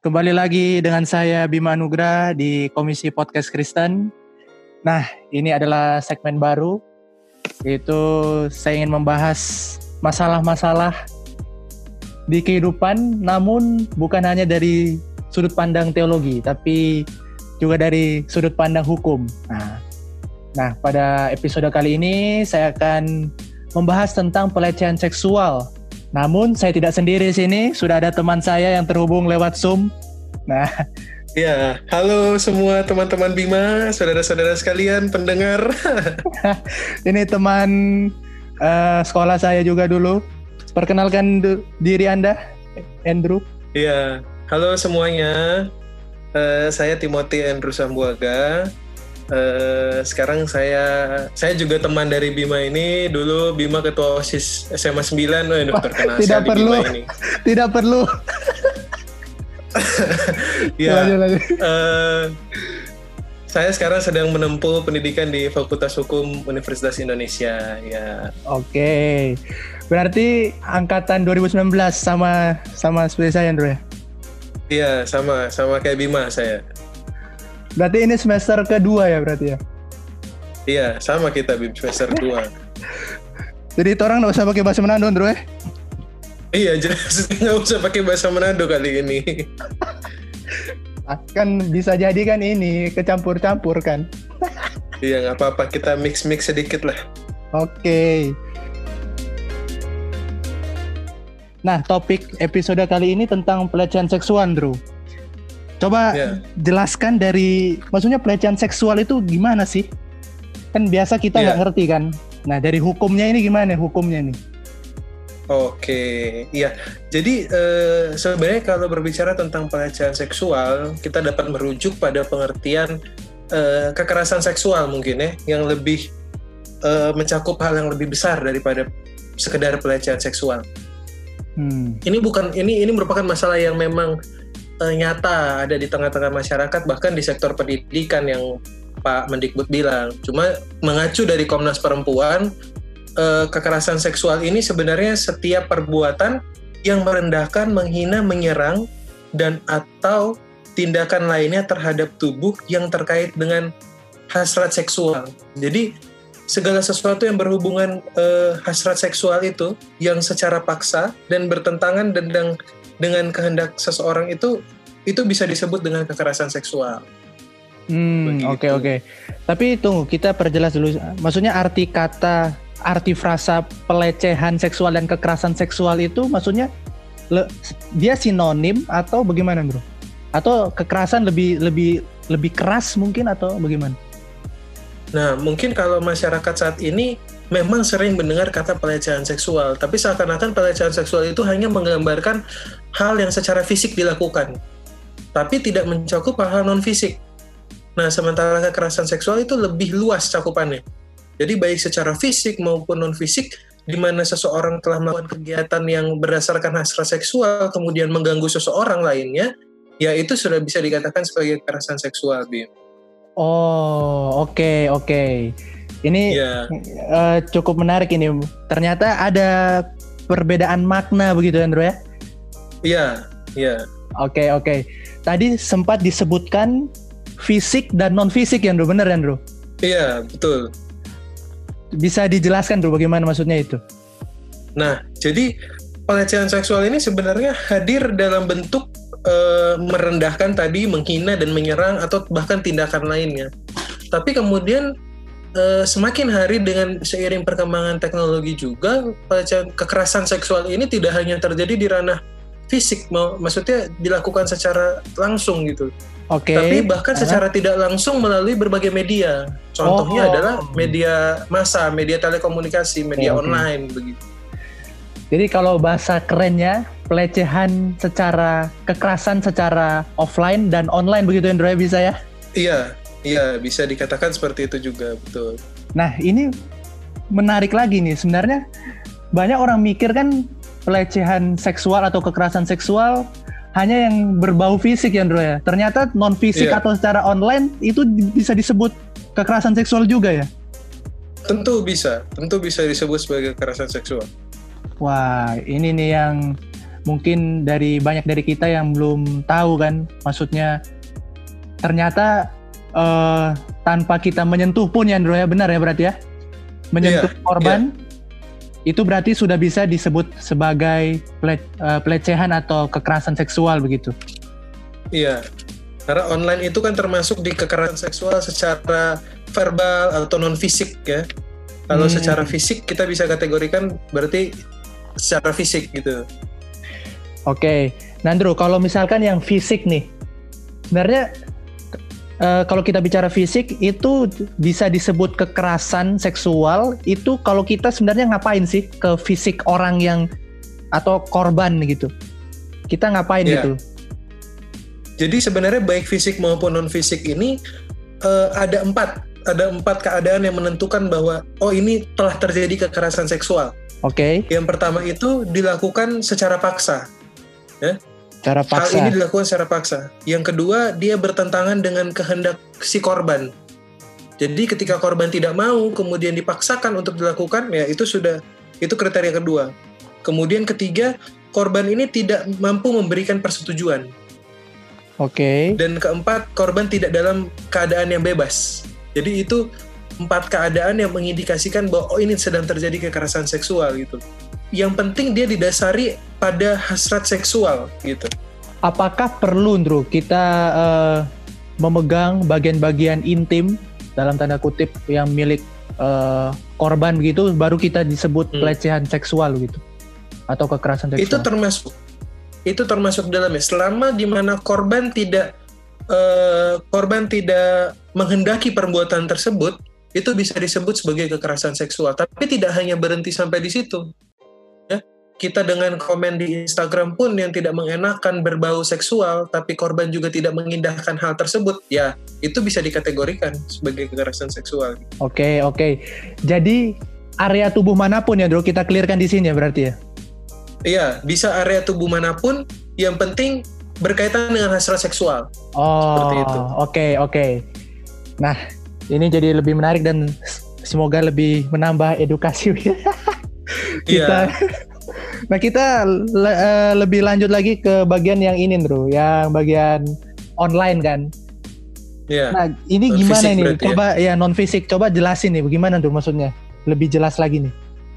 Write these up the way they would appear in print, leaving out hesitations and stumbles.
Kembali lagi dengan saya Bima Nugra di Komisi Podcast Kristen. Nah, ini adalah segmen baru, yaitu saya ingin membahas masalah-masalah di kehidupan, namun bukan hanya dari sudut pandang teologi, tapi juga dari sudut pandang hukum. Nah, pada episode kali ini saya akan membahas tentang pelecehan seksual. Namun saya tidak sendiri di sini, sudah ada teman saya yang terhubung lewat Zoom. Nah, ya, halo semua teman-teman Bima, saudara-saudara sekalian, pendengar. ini teman sekolah saya juga dulu. Perkenalkan diri Anda, Andrew. Iya, halo semuanya. Saya Timothy Andrew Sambuaga. Sekarang saya juga teman dari Bima ini. Dulu Bima ketua OSIS SMA 9. Terkenal tidak perlu, Bima ini. Tidak perlu. Ya, saya sekarang sedang menempuh pendidikan di Fakultas Hukum Universitas Indonesia. Ya. Oke, berarti angkatan 2019 sama seperti saya, Andrew ya? Iya, sama kayak Bima saya. Berarti ini semester kedua ya berarti ya? Iya, sama kita Bim, semester 2. Jadi orang nggak usah pakai bahasa Manado, Andrew ya? Iya, jelas nggak usah pakai bahasa Manado kali ini. Kan bisa jadi kan ini kecampur-campur kan? Iya, nggak apa-apa, kita mix sedikit lah. Oke. Nah, topik episode kali ini tentang pelecehan seksual, Andrew. Coba jelaskan maksudnya pelecehan seksual itu gimana sih? Kan biasa kita nggak ngerti kan. Nah, dari hukumnya ini gimana hukumnya nih? Oke, iya. Jadi sebenarnya kalau berbicara tentang pelecehan seksual, kita dapat merujuk pada pengertian kekerasan seksual mungkin ya, yang lebih mencakup hal yang lebih besar daripada sekedar pelecehan seksual. Ini merupakan masalah yang memang nyata ada di tengah-tengah masyarakat, bahkan di sektor pendidikan yang Pak Mendikbud bilang. Cuma mengacu dari Komnas Perempuan, kekerasan seksual ini sebenarnya setiap perbuatan yang merendahkan, menghina, menyerang, dan atau tindakan lainnya terhadap tubuh yang terkait dengan hasrat seksual. Jadi segala sesuatu yang berhubungan hasrat seksual itu yang secara paksa dan bertentangan dengan kehendak seseorang itu bisa disebut dengan kekerasan seksual. Oke. Tapi tunggu, kita perjelas dulu. Maksudnya arti frasa pelecehan seksual dan kekerasan seksual itu maksudnya dia sinonim atau bagaimana, Bro? Atau kekerasan lebih keras mungkin atau bagaimana? Nah, mungkin kalau masyarakat saat ini memang sering mendengar kata pelecehan seksual, tapi seakan-akan pelecehan seksual itu hanya menggambarkan hal yang secara fisik dilakukan, tapi tidak mencakup hal-hal non-fisik. Nah, sementara kekerasan seksual itu lebih luas cakupannya. Jadi baik secara fisik maupun non-fisik, di mana seseorang telah melakukan kegiatan yang berdasarkan hasrat seksual, kemudian mengganggu seseorang lainnya, ya itu sudah bisa dikatakan sebagai kekerasan seksual, Bim. Oh, oke. Ini cukup menarik ini. Ternyata ada perbedaan makna begitu, Andrew ya? Iya. Oke. Tadi sempat disebutkan fisik dan non-fisik ya, Andrew? Benar, Andrew? Iya, betul. Bisa dijelaskan, Andrew, bagaimana maksudnya itu? Nah, jadi pelecehan seksual ini sebenarnya hadir dalam bentuk merendahkan tadi, menghina dan menyerang atau bahkan tindakan lainnya. Tapi kemudian semakin hari dengan seiring perkembangan teknologi juga, kekerasan seksual ini tidak hanya terjadi di ranah fisik, maksudnya dilakukan secara langsung gitu. Tapi bahkan secara tidak langsung melalui berbagai media. Contohnya adalah media massa, media telekomunikasi, media online begitu. Jadi kalau bahasa kerennya pelecehan kekerasan secara offline dan online begitu, Andrew, bisa ya? Iya, bisa dikatakan seperti itu juga, betul. Nah, ini menarik lagi nih. Sebenarnya banyak orang mikir kan pelecehan seksual atau kekerasan seksual hanya yang berbau fisik ya, Andrew ya. Ternyata non fisik atau secara online itu bisa disebut kekerasan seksual juga ya? Tentu bisa disebut sebagai kekerasan seksual. Wah, ini nih yang mungkin banyak dari kita yang belum tahu kan, maksudnya ternyata tanpa kita menyentuh pun ya Andro ya, benar ya berarti ya, menyentuh korban itu berarti sudah bisa disebut sebagai pelecehan atau kekerasan seksual begitu. Iya, karena online itu kan termasuk di kekerasan seksual secara verbal atau non fisik ya. Kalau secara fisik kita bisa kategorikan berarti secara fisik gitu. Oke, Nandro, kalau misalkan yang fisik nih, sebenarnya kalau kita bicara fisik itu bisa disebut kekerasan seksual. Itu kalau kita sebenarnya ngapain sih ke fisik orang yang atau korban gitu? Kita ngapain gitu? Jadi sebenarnya baik fisik maupun non fisik ini ada empat keadaan yang menentukan bahwa ini telah terjadi kekerasan seksual. Oke. Yang pertama itu dilakukan secara paksa. Ya. Hal ini dilakukan secara paksa. Yang kedua, dia bertentangan dengan kehendak si korban. Jadi ketika korban tidak mau, kemudian dipaksakan untuk dilakukan, ya itu kriteria kedua. Kemudian ketiga, korban ini tidak mampu memberikan persetujuan. Oke. Dan keempat, korban tidak dalam keadaan yang bebas. Jadi itu 4 keadaan yang mengindikasikan bahwa ini sedang terjadi kekerasan seksual gitu. Yang penting dia didasari pada hasrat seksual gitu. Apakah perlu, Ndro, kita memegang bagian-bagian intim dalam tanda kutip yang milik korban begitu, baru kita disebut pelecehan seksual gitu, atau kekerasan seksual? Itu termasuk dalamnya. Selama di mana korban tidak menghendaki perbuatan tersebut, itu bisa disebut sebagai kekerasan seksual. Tapi tidak hanya berhenti sampai di situ. Ya, kita dengan komen di Instagram pun yang tidak mengenakan, berbau seksual, tapi korban juga tidak mengindahkan hal tersebut, ya itu bisa dikategorikan sebagai kekerasan seksual. Oke. Jadi area tubuh manapun ya, Bro, kita clearkan di sini ya berarti ya? Iya, bisa area tubuh manapun, yang penting berkaitan dengan hasrat seksual. Seperti itu. Oke. Nah, ini jadi lebih menarik dan semoga lebih menambah edukasi kita. Nah, kita lebih lanjut lagi ke bagian yang ini, Bro, yang bagian online kan. Iya. Nah, ini gimana nih? Coba ya non fisik, coba jelasin nih bagaimana tuh maksudnya? Lebih jelas lagi nih.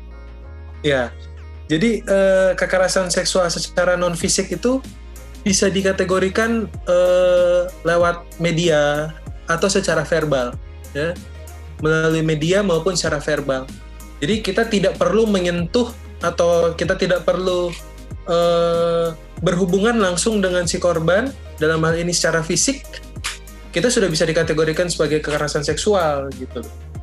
Ya. Jadi kekerasan seksual secara non fisik itu bisa dikategorikan lewat media atau secara verbal, ya, melalui media maupun secara verbal. Jadi kita tidak perlu menyentuh atau kita tidak perlu berhubungan langsung dengan si korban, dalam hal ini secara fisik, kita sudah bisa dikategorikan sebagai kekerasan seksual gitu.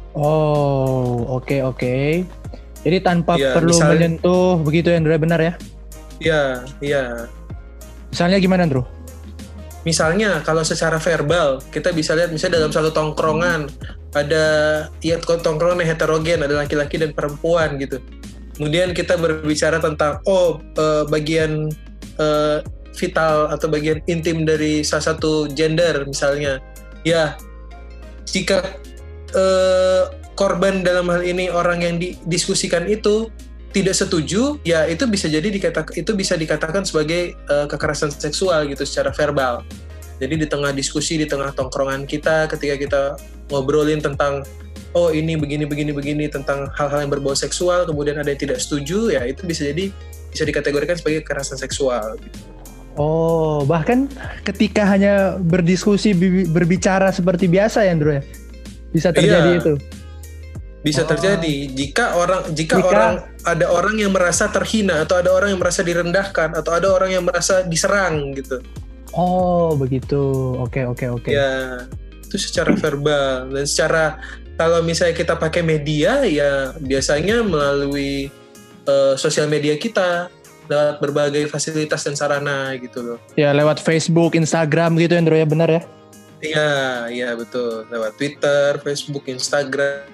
Oh, oke. Jadi tanpa perlu menyentuh begitu ya, Andro, benar ya? Iya. Misalnya gimana, Andro? Misalnya kalau secara verbal kita bisa lihat misalnya dalam satu tongkrongan ada tongkrongan yang heterogen, ada laki-laki dan perempuan gitu. Kemudian kita berbicara tentang bagian vital atau bagian intim dari salah satu gender misalnya. Ya, jika korban dalam hal ini orang yang didiskusikan itu tidak setuju, ya itu bisa dikatakan sebagai kekerasan seksual gitu secara verbal. Jadi di tengah diskusi, di tengah tongkrongan kita, ketika kita ngobrolin tentang ini begini tentang hal-hal yang berbau seksual, kemudian ada yang tidak setuju, ya itu bisa dikategorikan sebagai kekerasan seksual. Oh, bahkan ketika hanya berdiskusi, berbicara seperti biasa ya, Andro ya, bisa terjadi itu. Bisa terjadi jika ada orang yang merasa terhina, atau ada orang yang merasa direndahkan, atau ada orang yang merasa diserang gitu. Oh, begitu. Oke. Ya, itu secara verbal. Dan secara, kalau misalnya kita pakai media, ya biasanya melalui sosial media kita, lewat berbagai fasilitas dan sarana gitu loh. Ya, lewat Facebook, Instagram gitu, Andro ya, benar ya? Iya betul. Lewat Twitter, Facebook, Instagram.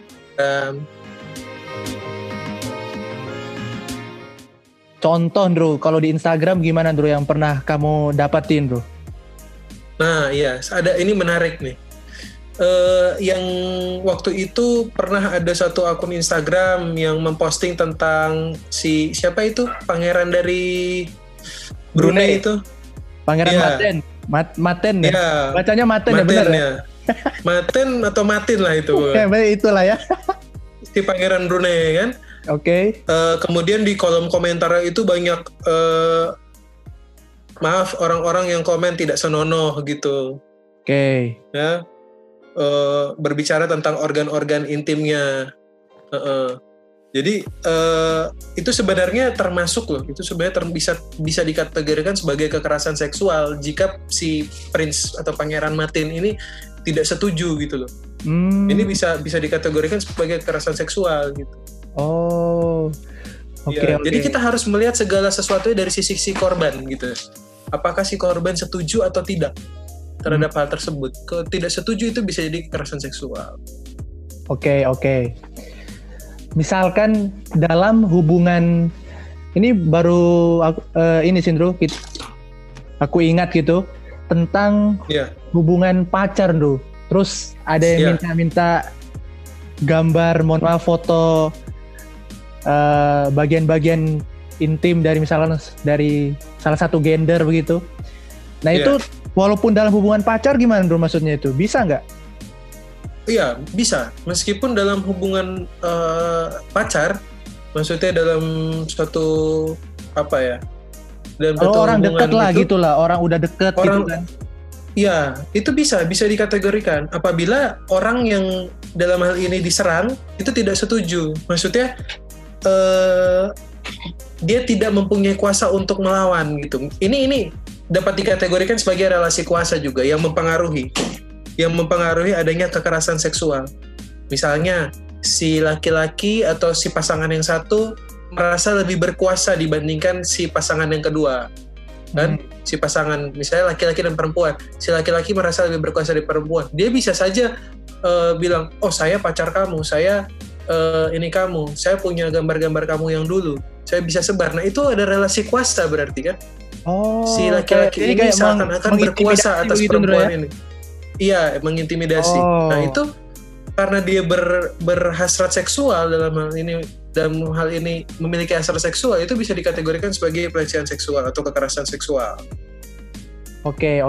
Contoh, Bro, kalau di Instagram gimana, Bro, yang pernah kamu dapatin, Bro? Nah, iya, ini menarik nih. Yang waktu itu pernah ada satu akun Instagram yang memposting tentang siapa itu pangeran dari Brunei itu. Pangeran Iya. Maten. Maten ya? Iya. Bacanya Maten ya, benar ya? Maten atau Matin lah itu. Ya, itulah ya. Si Pangeran Brunei kan. Oke. Kemudian di kolom komentar itu banyak maaf orang-orang yang komen tidak senonoh gitu. Oke. Ya. Berbicara tentang organ-organ intimnya. Jadi itu sebenarnya termasuk loh, itu sebenarnya bisa dikategorikan sebagai kekerasan seksual jika si Prince atau Pangeran Matin ini tidak setuju gitu loh. Ini bisa dikategorikan sebagai kekerasan seksual gitu. Oh, oke. Jadi kita harus melihat segala sesuatunya dari sisi si korban gitu. Apakah si korban setuju atau tidak terhadap hal tersebut? Kalau tidak setuju itu bisa jadi kekerasan seksual. Oke. Misalkan dalam hubungan ini baru ini Sindro, aku ingat gitu tentang hubungan pacar tuh. Terus ada yang minta gambar, mohon maaf, foto bagian-bagian intim dari misalkan dari salah satu gender begitu. Nah itu walaupun dalam hubungan pacar gimana bro, maksudnya itu bisa nggak? Iya, bisa. Meskipun dalam hubungan pacar, maksudnya dalam suatu apa ya? Dalam kalau orang dekat lah gitulah, orang udah dekat gitu kan. Iya, itu bisa dikategorikan. Apabila orang yang dalam hal ini diserang itu tidak setuju. Maksudnya dia tidak mempunyai kuasa untuk melawan gitu. Ini dapat dikategorikan sebagai relasi kuasa juga yang mempengaruhi adanya kekerasan seksual. Misalnya si laki-laki atau si pasangan yang satu merasa lebih berkuasa dibandingkan si pasangan yang kedua. Kan? Si pasangan, misalnya laki-laki dan perempuan, si laki-laki merasa lebih berkuasa dari perempuan. Dia bisa saja bilang, oh saya pacar kamu, saya ini kamu, saya punya gambar-gambar kamu yang dulu, saya bisa sebar. Nah itu ada relasi kuasa berarti kan. Si laki-laki ini seakan-akan berkuasa atas perempuan ini. Iya, mengintimidasi. Nah itu karena dia berhasrat seksual dalam hal ini memiliki hasrat seksual, itu bisa dikategorikan sebagai pelecehan seksual atau kekerasan seksual. Oke.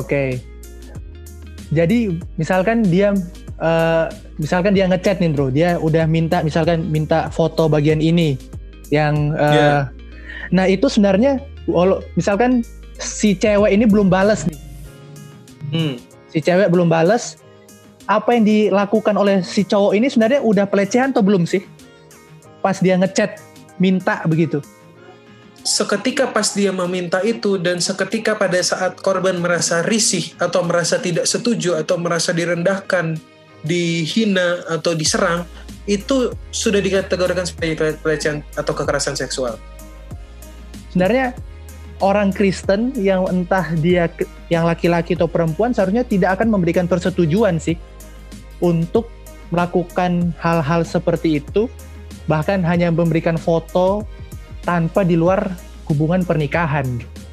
Jadi misalkan dia ngechat nih bro, dia udah minta foto bagian ini yang nah itu sebenarnya misalkan si cewek ini belum balas nih. Si cewek belum balas, apa yang dilakukan oleh si cowok ini sebenarnya udah pelecehan atau belum sih? Pas dia ngechat minta begitu. Seketika pas dia meminta itu dan seketika pada saat korban merasa risih atau merasa tidak setuju atau merasa direndahkan, dihina atau diserang, itu sudah dikategorikan sebagai pelecehan atau kekerasan seksual. Sebenarnya orang Kristen yang entah dia yang laki-laki atau perempuan seharusnya tidak akan memberikan persetujuan sih untuk melakukan hal-hal seperti itu, bahkan hanya memberikan foto tanpa di luar hubungan pernikahan.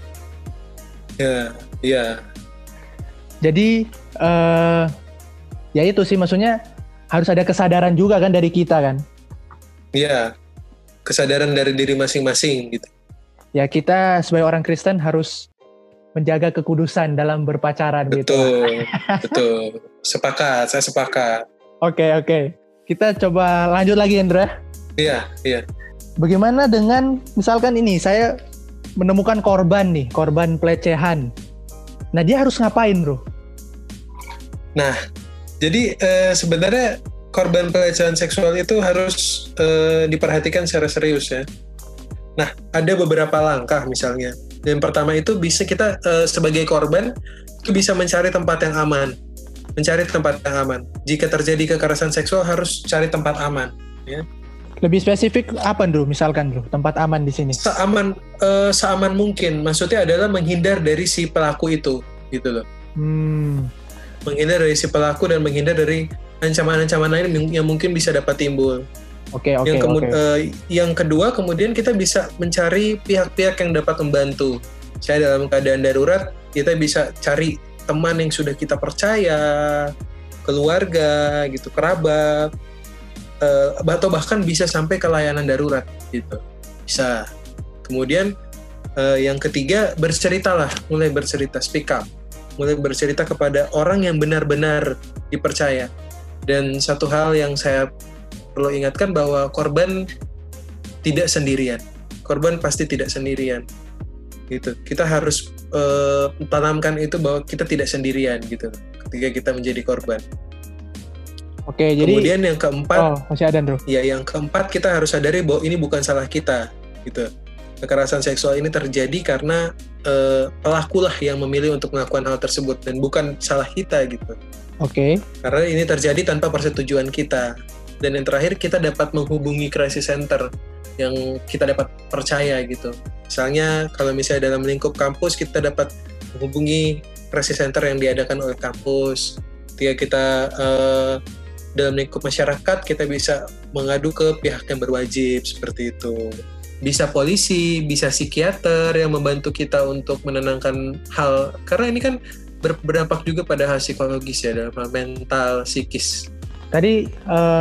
Iya. Jadi ya itu sih, maksudnya harus ada kesadaran juga kan dari kita kan. Iya, kesadaran dari diri masing-masing gitu. Ya kita sebagai orang Kristen harus menjaga kekudusan dalam berpacaran. Betul. Saya sepakat. Oke. Kita coba lanjut lagi Hendra. Iya. Bagaimana dengan misalkan ini saya menemukan korban pelecehan. Nah dia harus ngapain bro? Nah, jadi sebenarnya korban pelecehan seksual itu harus diperhatikan secara serius ya. Nah, ada beberapa langkah misalnya. Yang pertama itu bisa kita sebagai korban itu bisa mencari tempat yang aman. Jika terjadi kekerasan seksual harus cari tempat aman. Ya. Lebih spesifik apa bro? Misalkan bro, tempat aman di sini? Seaman mungkin. Maksudnya adalah menghindar dari si pelaku itu, gitu loh. Menghindar dari si pelaku dan menghindar dari ancaman-ancaman lain yang mungkin bisa dapat timbul. Oke. Yang kedua, kemudian kita bisa mencari pihak-pihak yang dapat membantu. Saya dalam keadaan darurat, kita bisa cari teman yang sudah kita percaya, keluarga, gitu, kerabat, atau bahkan bisa sampai ke layanan darurat, gitu. Bisa. Kemudian Yang ketiga, berceritalah, mulai bercerita, speak up, mulai bercerita kepada orang yang benar-benar dipercaya. Dan satu hal yang saya perlu ingatkan bahwa korban tidak sendirian. Korban pasti tidak sendirian. Gitu. Kita harus tanamkan itu bahwa kita tidak sendirian gitu ketika kita menjadi korban. Oke, kemudian yang keempat, masih ada, Bro. Ya, yang keempat kita harus sadari bahwa ini bukan salah kita, gitu. Kekerasan seksual ini terjadi karena pelakulah yang memilih untuk melakukan hal tersebut dan bukan salah kita, gitu. Oke. Karena ini terjadi tanpa persetujuan kita. Dan yang terakhir, kita dapat menghubungi crisis center yang kita dapat percaya, gitu. Misalnya kalau misalnya dalam lingkup kampus, kita dapat menghubungi crisis center yang diadakan oleh kampus. Ketika kita dalam lingkup masyarakat, kita bisa mengadu ke pihak yang berwajib, seperti itu. Bisa polisi, bisa psikiater yang membantu kita untuk menenangkan hal, karena ini kan berdampak juga pada hal psikologis ya, dalam hal mental, psikis. Tadi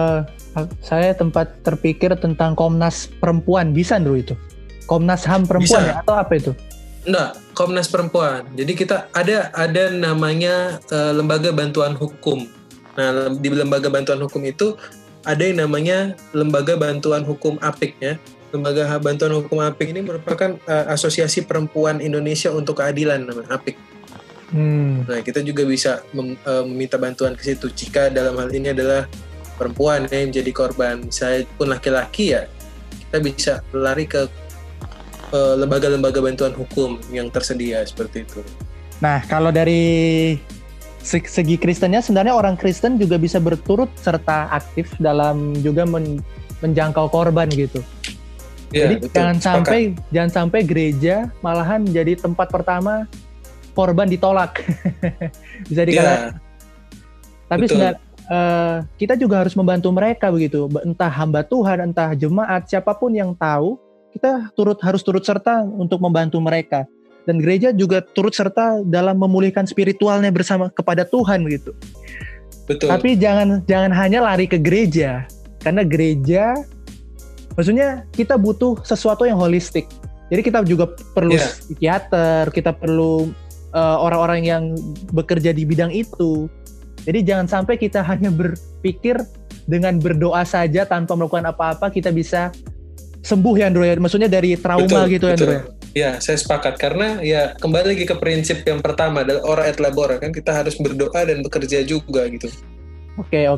saya tempat terpikir tentang Komnas Perempuan, bisa Andrew itu? Komnas HAM Perempuan ya, atau apa itu? Enggak, Komnas Perempuan. Jadi kita ada namanya lembaga bantuan hukum. Nah, di lembaga bantuan hukum itu ada yang namanya Lembaga Bantuan Hukum APIK ya. Lembaga Bantuan Hukum APIK ini merupakan Asosiasi Perempuan Indonesia untuk Keadilan, namanya APIK. Nah, kita juga bisa meminta bantuan ke situ jika dalam hal ini adalah perempuan yang menjadi korban. Saya pun laki-laki ya, kita bisa lari ke lembaga-lembaga bantuan hukum yang tersedia seperti itu. Nah, kalau dari segi Kristennya, sebenarnya orang Kristen juga bisa berturut serta aktif dalam juga menjangkau korban gitu. Ya, jadi betul. jangan sampai gereja malahan jadi tempat pertama korban ditolak. Bisa dikatakan. Tapi sebenarnya kita juga harus membantu mereka begitu. Entah hamba Tuhan, entah jemaat, siapapun yang tahu, kita harus turut serta untuk membantu mereka. Dan gereja juga turut serta dalam memulihkan spiritualnya bersama kepada Tuhan gitu. Betul. Tapi jangan hanya lari ke gereja, karena gereja, maksudnya kita butuh sesuatu yang holistik. Jadi kita juga perlu psikiater, kita perlu orang-orang yang bekerja di bidang itu. Jadi jangan sampai kita hanya berpikir dengan berdoa saja tanpa melakukan apa-apa kita bisa sembuh ya Andrew ya. Maksudnya dari trauma gitu ya Andrew ya. Ya, saya sepakat karena ya kembali lagi ke prinsip yang pertama adalah ora et labora, kan kita harus berdoa dan bekerja juga gitu. Oke.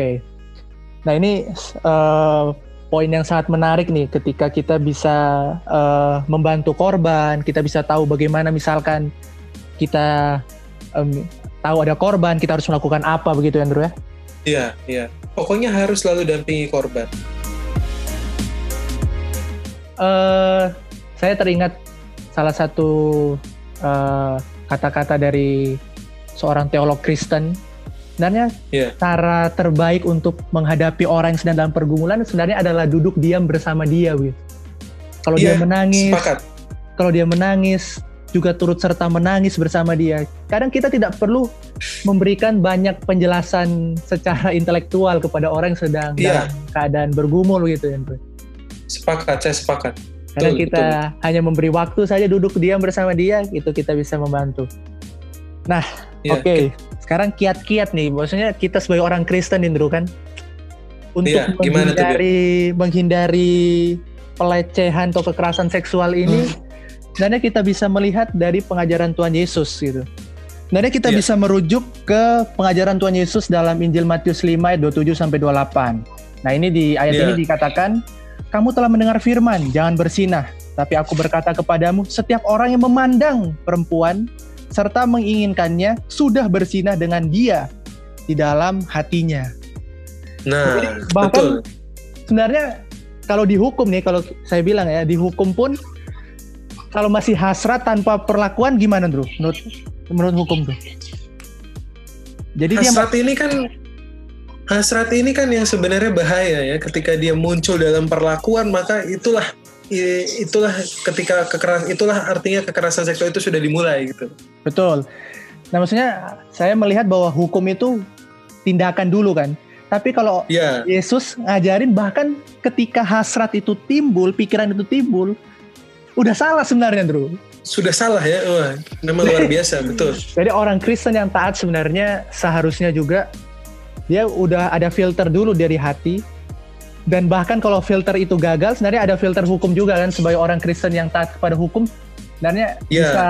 Nah ini poin yang sangat menarik nih ketika kita bisa membantu korban, kita bisa tahu bagaimana misalkan kita tahu ada korban, kita harus melakukan apa begitu ya Andrew ya? Iya. Pokoknya harus selalu dampingi korban. Saya teringat salah satu kata-kata dari seorang teolog Kristen. Sebenarnya cara terbaik untuk menghadapi orang yang sedang dalam pergumulan sebenarnya adalah duduk diam bersama dia. Kalau dia menangis, juga turut serta menangis bersama dia. Kadang kita tidak perlu memberikan banyak penjelasan secara intelektual kepada orang yang sedang dalam keadaan bergumul gitu ya. Saya sepakat. Karena kita hanya memberi waktu saja duduk diam bersama dia, itu kita bisa membantu. Nah, oke. Sekarang kiat-kiat nih, maksudnya kita sebagai orang Kristen Indro kan, untuk menghindari pelecehan atau kekerasan seksual ini, sebenarnya kita bisa melihat dari pengajaran Tuhan Yesus gitu. Sebenarnya kita bisa merujuk ke pengajaran Tuhan Yesus dalam Injil Matius 5 ayat 27-28. Nah ini di ayat ini dikatakan, kamu telah mendengar firman, jangan bersinah. Tapi aku berkata kepadamu, setiap orang yang memandang perempuan serta menginginkannya sudah bersinah dengan dia di dalam hatinya. Nah, jadi, bahkan sebenarnya kalau dihukum nih, kalau saya bilang ya, dihukum pun kalau masih hasrat tanpa perlakuan gimana bro? Menurut hukum tuh. Jadi hasrat ini kan yang sebenarnya bahaya ya, ketika dia muncul dalam perlakuan, maka itulah ketika artinya kekerasan seksual itu sudah dimulai gitu. Betul. Nah maksudnya saya melihat bahwa hukum itu tindakan dulu kan. Tapi kalau Yesus ngajarin bahkan ketika hasrat itu timbul, pikiran itu timbul, udah salah sebenarnya, Bro. Sudah salah ya, wah, memang luar biasa, betul. Jadi orang Kristen yang taat sebenarnya seharusnya juga dia udah ada filter dulu dari hati, dan bahkan kalau filter itu gagal, sebenarnya ada filter hukum juga kan, sebagai orang Kristen yang taat kepada hukum, sebenarnya bisa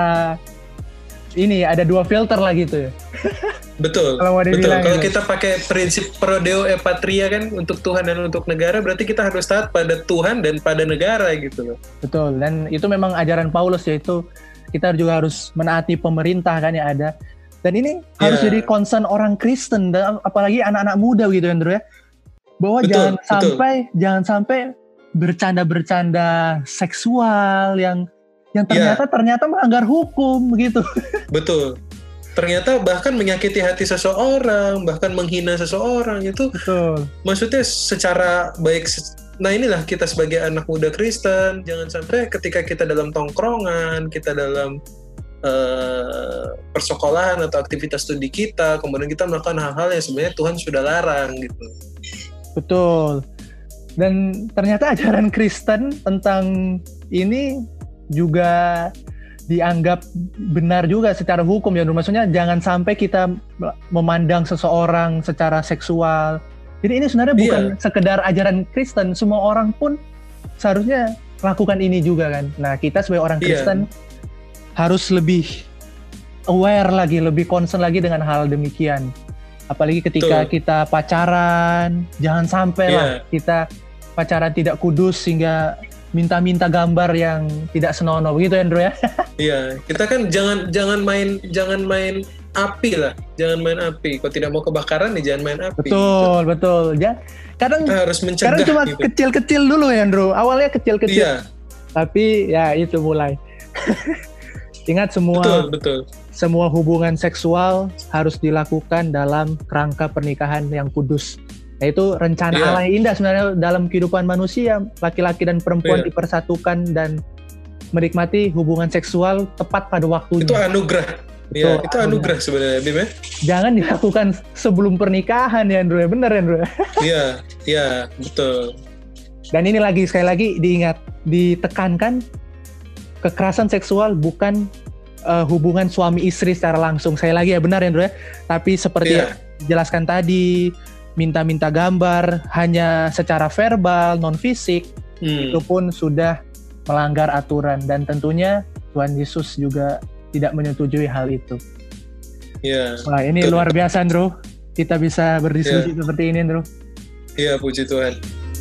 ini ada 2 filter lah gitu ya. Betul, betul. Kalau kita pakai prinsip pro deo et patria kan, untuk Tuhan dan untuk negara, berarti kita harus taat pada Tuhan dan pada negara gitu loh. Betul, dan itu memang ajaran Paulus, yaitu kita juga harus menaati pemerintah kan yang ada. Dan ini harus jadi concern orang Kristen, dan apalagi anak-anak muda gitu kan, Bro ya. Bahwa jangan sampai bercanda-bercanda seksual yang ternyata melanggar hukum gitu. Betul. Ternyata bahkan menyakiti hati seseorang, bahkan menghina seseorang itu. Betul. Maksudnya secara baik. Nah inilah kita sebagai anak muda Kristen, jangan sampai ketika kita dalam tongkrongan, kita dalam persekolahan atau aktivitas studi kita, kemudian kita melakukan hal-hal yang sebenarnya Tuhan sudah larang gitu. Betul. Dan ternyata ajaran Kristen tentang ini juga dianggap benar juga secara hukum ya. Maksudnya jangan sampai kita memandang seseorang secara seksual. Jadi ini sebenarnya bukan sekedar ajaran Kristen, semua orang pun seharusnya lakukan ini juga kan. Nah, kita sebagai orang Kristen harus lebih aware lagi, lebih concern lagi dengan hal demikian. Apalagi ketika kita pacaran, jangan sampai lah kita pacaran tidak kudus sehingga minta-minta gambar yang tidak senonoh, begitu ya, Andrew ya? Iya, kita kan jangan main api lah, jangan main api. Kalau tidak mau kebakaran nih jangan main api. Betul, gitu. Betul. Ya, kadang kita harus mencegah. Kadang cuma gitu. Kecil-kecil dulu ya, Andrew. Awalnya kecil-kecil. Iya. Tapi ya itu mulai. Ingat betul. Semua hubungan seksual harus dilakukan dalam kerangka pernikahan yang kudus. Yaitu rencana Allah yang indah sebenarnya dalam kehidupan manusia, laki-laki dan perempuan dipersatukan dan menikmati hubungan seksual tepat pada waktunya. Itu anugerah. Iya, itu anugerah sebenarnya, Bim ya. Jangan dilakukan sebelum pernikahan ya, Andrew. Benar ya, Andrew? Iya, betul. Dan ini sekali lagi ditekankan, kekerasan seksual bukan hubungan suami istri secara langsung. Saya lagi ya, benar ya, Andrew ya. Tapi seperti yang dijelaskan tadi, minta-minta gambar hanya secara verbal, non fisik, itu pun sudah melanggar aturan, dan tentunya Tuhan Yesus juga tidak menyetujui hal itu. Wah, ini luar biasa, Andrew. Kita bisa berdiskusi seperti ini, Andrew. Iya, puji Tuhan.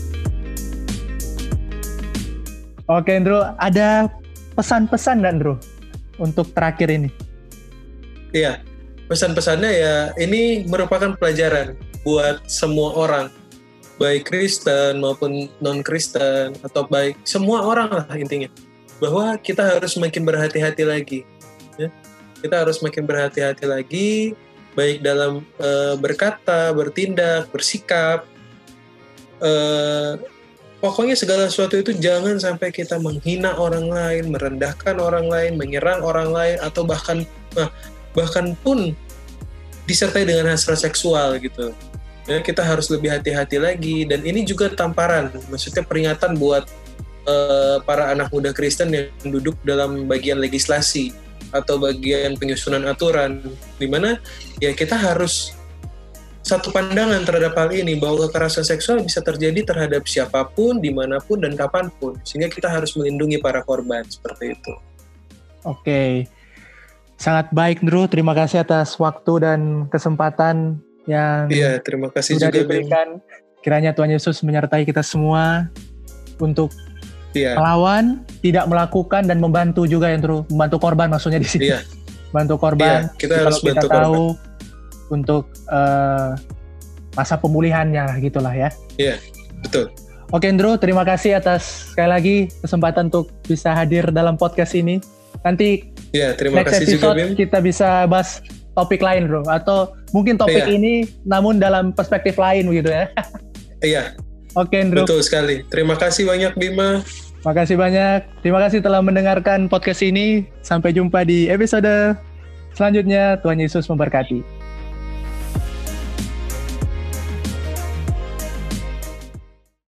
Oke, Andrew, ada pesan-pesan nggak, Andrew, untuk terakhir ini? Iya, pesan-pesannya ya, ini merupakan pelajaran buat semua orang, baik Kristen maupun non-Kristen, atau baik semua orang lah intinya, bahwa kita harus makin berhati-hati lagi. Ya. Kita harus makin berhati-hati lagi, baik dalam berkata, bertindak, bersikap. Pokoknya segala sesuatu itu jangan sampai kita menghina orang lain, merendahkan orang lain, menyerang orang lain, atau bahkan pun disertai dengan hasrat seksual gitu. Ya, kita harus lebih hati-hati lagi, dan ini juga tamparan, maksudnya peringatan buat para anak muda Kristen yang duduk dalam bagian legislasi atau bagian penyusunan aturan, di mana ya kita harus satu pandangan terhadap hal ini, bahwa kekerasan seksual bisa terjadi terhadap siapapun, dimanapun, dan kapanpun, sehingga kita harus melindungi para korban seperti itu. Oke, sangat baik, Drew. Terima kasih atas waktu dan kesempatan yang terima kasih sudah juga diberikan. Kiranya Tuhan Yesus menyertai kita semua untuk melawan, tidak melakukan, dan membantu juga, ya, Drew. Membantu korban maksudnya di sini. Bantu korban. Kita harus bantu korban. Tahu untuk masa pemulihannya, gitulah ya. Iya, betul. Oke, Andrew, terima kasih atas sekali lagi kesempatan untuk bisa hadir dalam podcast ini. Nanti terima next kasih episode juga, Bim. kita bisa bahas topik lain, bro, atau mungkin topik ini namun dalam perspektif lain begitu ya. Iya. Oke, Andrew. Betul sekali. Terima kasih banyak, Bima. Makasih banyak. Terima kasih telah mendengarkan podcast ini. Sampai jumpa di episode selanjutnya. Tuhan Yesus memberkati.